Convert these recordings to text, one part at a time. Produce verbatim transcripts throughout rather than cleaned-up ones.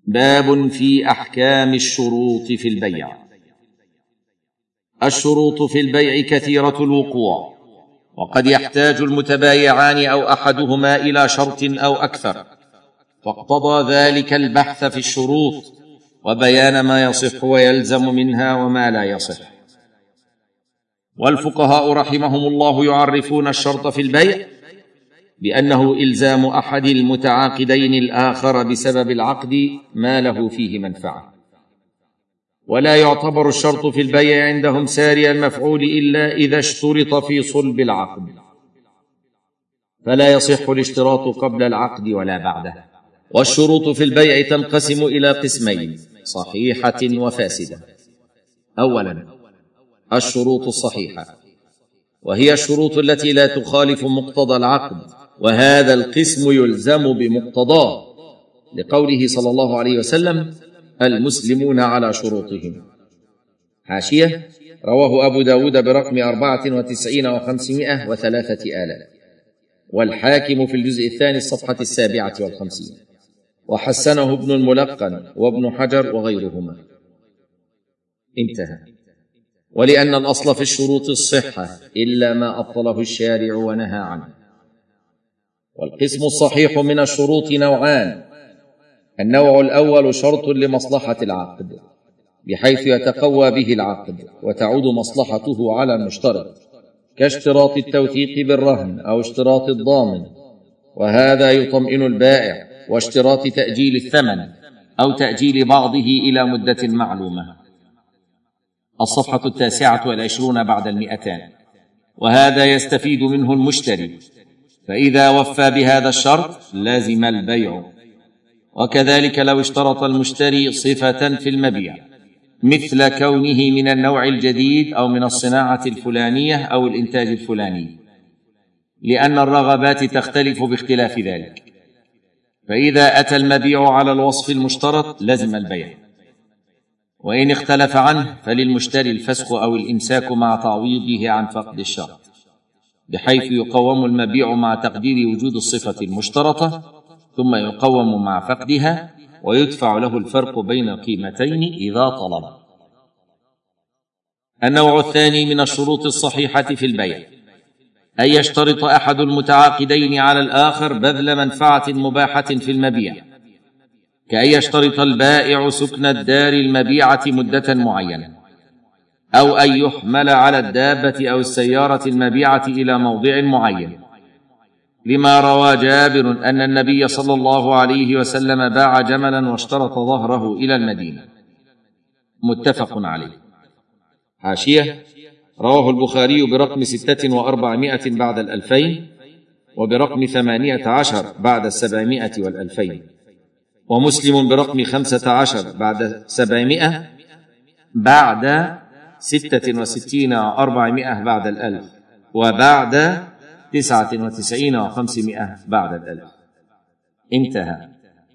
باب في أحكام الشروط في البيع. الشروط في البيع كثيرة الوقوع، وقد يحتاج المتبايعان أو أحدهما إلى شرط أو أكثر، فاقتضى ذلك البحث في الشروط وبيان ما يصح ويلزم منها وما لا يصح. والفقهاء رحمهم الله يعرفون الشرط في البيع بأنه إلزام أحد المتعاقدين الآخر بسبب العقد ما له فيه منفعة، ولا يعتبر الشرط في البيع عندهم ساري المفعول إلا إذا اشترط في صلب العقد، فلا يصح الاشتراط قبل العقد ولا بعده. والشروط في البيع تنقسم إلى قسمين: صحيحة وفاسدة. أولا، الشروط الصحيحة، وهي الشروط التي لا تخالف مقتضى العقد، وهذا القسم يلزم بمقتضاه، لقوله صلى الله عليه وسلم: المسلمون على شروطهم. حاشية: رواه أبو داود برقم أربعة وتسعين وخمسمائة وثلاثة آلاف، والحاكم في الجزء الثاني الصفحة السابعة والخمسين، وحسنه ابن الملقن وابن حجر وغيرهما. انتهى. ولأن الأصل في الشروط الصحة إلا ما أبطله الشارع ونهى عنه. والقسم الصحيح من الشروط نوعان: النوع الأول شرط لمصلحة العقد، بحيث يتقوى به العقد وتعود مصلحته على المشترط، كاشتراط التوثيق بالرهن أو اشتراط الضامن، وهذا يطمئن البائع، واشتراط تأجيل الثمن أو تأجيل بعضه إلى مدة معلومة. الصفحة التاسعة والعشرون بعد المئتان. وهذا يستفيد منه المشتري، فإذا وفى بهذا الشرط لازم البيع. وكذلك لو اشترط المشتري صفة في المبيع، مثل كونه من النوع الجديد أو من الصناعة الفلانية أو الإنتاج الفلاني، لأن الرغبات تختلف باختلاف ذلك، فإذا أتى المبيع على الوصف المشترط لزم البيع، وإن اختلف عنه فللمشتري الفسخ أو الإمساك مع تعويضه عن فقد الشرط، بحيث يقوم المبيع مع تقدير وجود الصفة المشترطة، ثم يقوم مع فقدها، ويدفع له الفرق بين القيمتين إذا طلب. النوع الثاني من الشروط الصحيحة في البيع: أن يشترط أحد المتعاقدين على الآخر بذل منفعة مباحة في المبيع، كأن يشترط البائع سكن الدار المبيعة مدة معينة، أو أن يحمل على الدابة أو السيارة المبيعة إلى موضع معين، لما روى جابر أن النبي صلى الله عليه وسلم باع جملا واشترط ظهره إلى المدينة. متفق عليه. حاشية: رواه البخاري برقم ستة وأربعمائة بعد الألفين، وبرقم ثمانية عشر بعد السبعمائة والألفين، ومسلم برقم خمسة عشر بعد سبعمائة بعد ستة وستين وأربعمائة بعد الألف، وبعد تسعة وتسعين وخمسمائة بعد الألف. انتهى.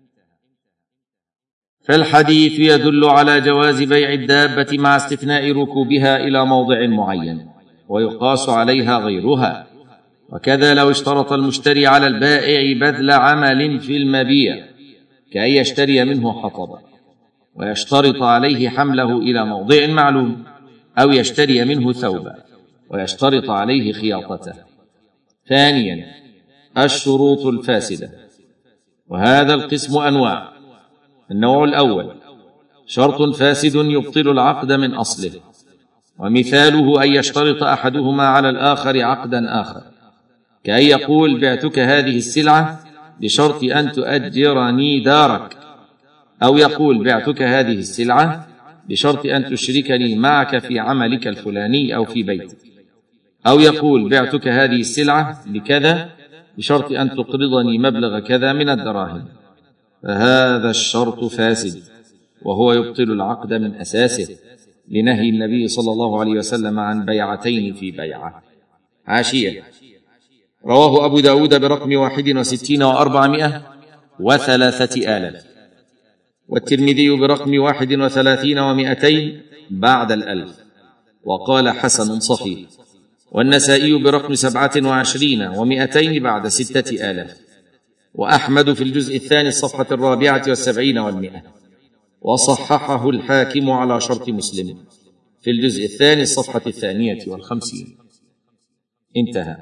فالحديث يدل على جواز بيع الدابة مع استثناء ركوبها إلى موضع معين، ويقاس عليها غيرها. وكذا لو اشترط المشتري على البائع بذل عمل في المبيع، كأن يشتري منه حطبا ويشترط عليه حمله إلى موضع معلوم، أو يشتري منه ثوبا ويشترط عليه خياطته. ثانيا، الشروط الفاسدة، وهذا القسم أنواع. النوع الأول شرط فاسد يبطل العقد من أصله، ومثاله أن يشترط أحدهما على الآخر عقدا آخر، كأن يقول: بعتك هذه السلعة بشرط أن تؤجرني دارك، أو يقول: بعتك هذه السلعة بشرط أن تشركني معك في عملك الفلاني أو في بيتك، أو يقول: بعتك هذه السلعة بكذا بشرط أن تقرضني مبلغ كذا من الدراهم. فهذا الشرط فاسد، وهو يبطل العقد من أساسه، لنهي النبي صلى الله عليه وسلم عن بيعتين في بيعة. حاشية: رواه أبو داود برقم واحد وستين وأربعمائة وثلاثة آلاف، والترمذي برقم واحد وثلاثين ومائتين بعد الألف، وقال: حسن صحيح. والنسائي برقم سبعة وعشرين ومائتين بعد ستة آلاف، وأحمد في الجزء الثاني الصفحة الرابعة والسبعين والمئة. وصححه الحاكم على شرط مسلم في الجزء الثاني الصفحة الثانية والخمسين. انتهى.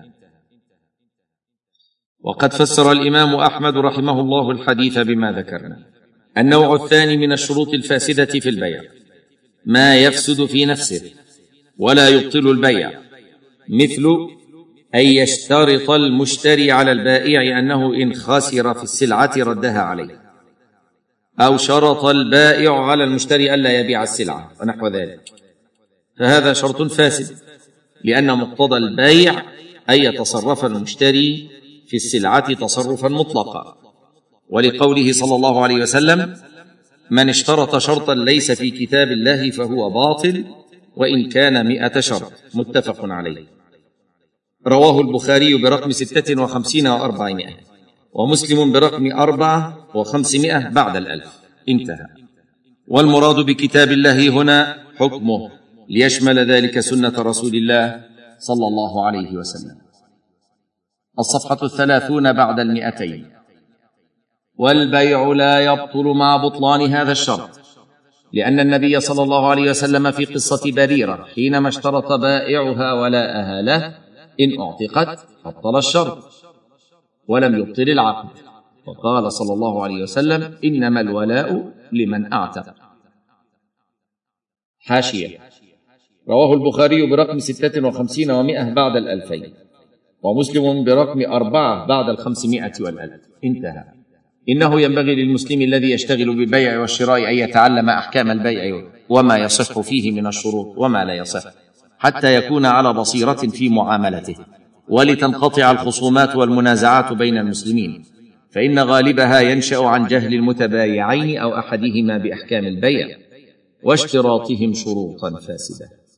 وقد فسر الإمام أحمد رحمه الله الحديث بما ذكرنا. النوع الثاني من الشروط الفاسدة في البيع ما يفسد في نفسه ولا يبطل البيع، مثل أن يشترط المشتري على البائع أنه إن خسر في السلعة ردها عليه، أو شرط البائع على المشتري ألا يبيع السلعة ونحو ذلك، فهذا شرط فاسد، لأن مقتضى البيع أن يتصرف المشتري في السلعة تصرفا مطلقا، ولقوله صلى الله عليه وسلم: من اشترط شرطا ليس في كتاب الله فهو باطل وإن كان مئة شرط، متفق عليه. رواه البخاري برقم ستة وخمسين وأربعمائة، ومسلم برقم أربعة وخمسمائة بعد الألف. انتهى. والمراد بكتاب الله هنا حكمه، ليشمل ذلك سنة رسول الله صلى الله عليه وسلم. الصفحة الثلاثون بعد المئتين. والبيع لا يبطل مع بطلان هذا الشرط، لأن النبي صلى الله عليه وسلم في قصة بريرة حينما اشترط بائعها ولاءها له إن أعتقت أبطل الشرط ولم يبطل العقد، وقال صلى الله عليه وسلم: إنما الولاء لمن أعتق. حاشية. رواه البخاري برقم ستة وخمسين ومائة بعد الألفين، ومسلم برقم أربعة بعد الخمسمائة والألف. انتهى. إنه ينبغي للمسلم الذي يشتغل بالبيع والشراء أن يتعلم أحكام البيع وما يصح فيه من الشروط وما لا يصح، حتى يكون على بصيرة في معاملته، ولتنقطع الخصومات والمنازعات بين المسلمين، فإن غالبها ينشأ عن جهل المتبايعين أو أحدهما بأحكام البيع واشتراطهم شروطا فاسدة.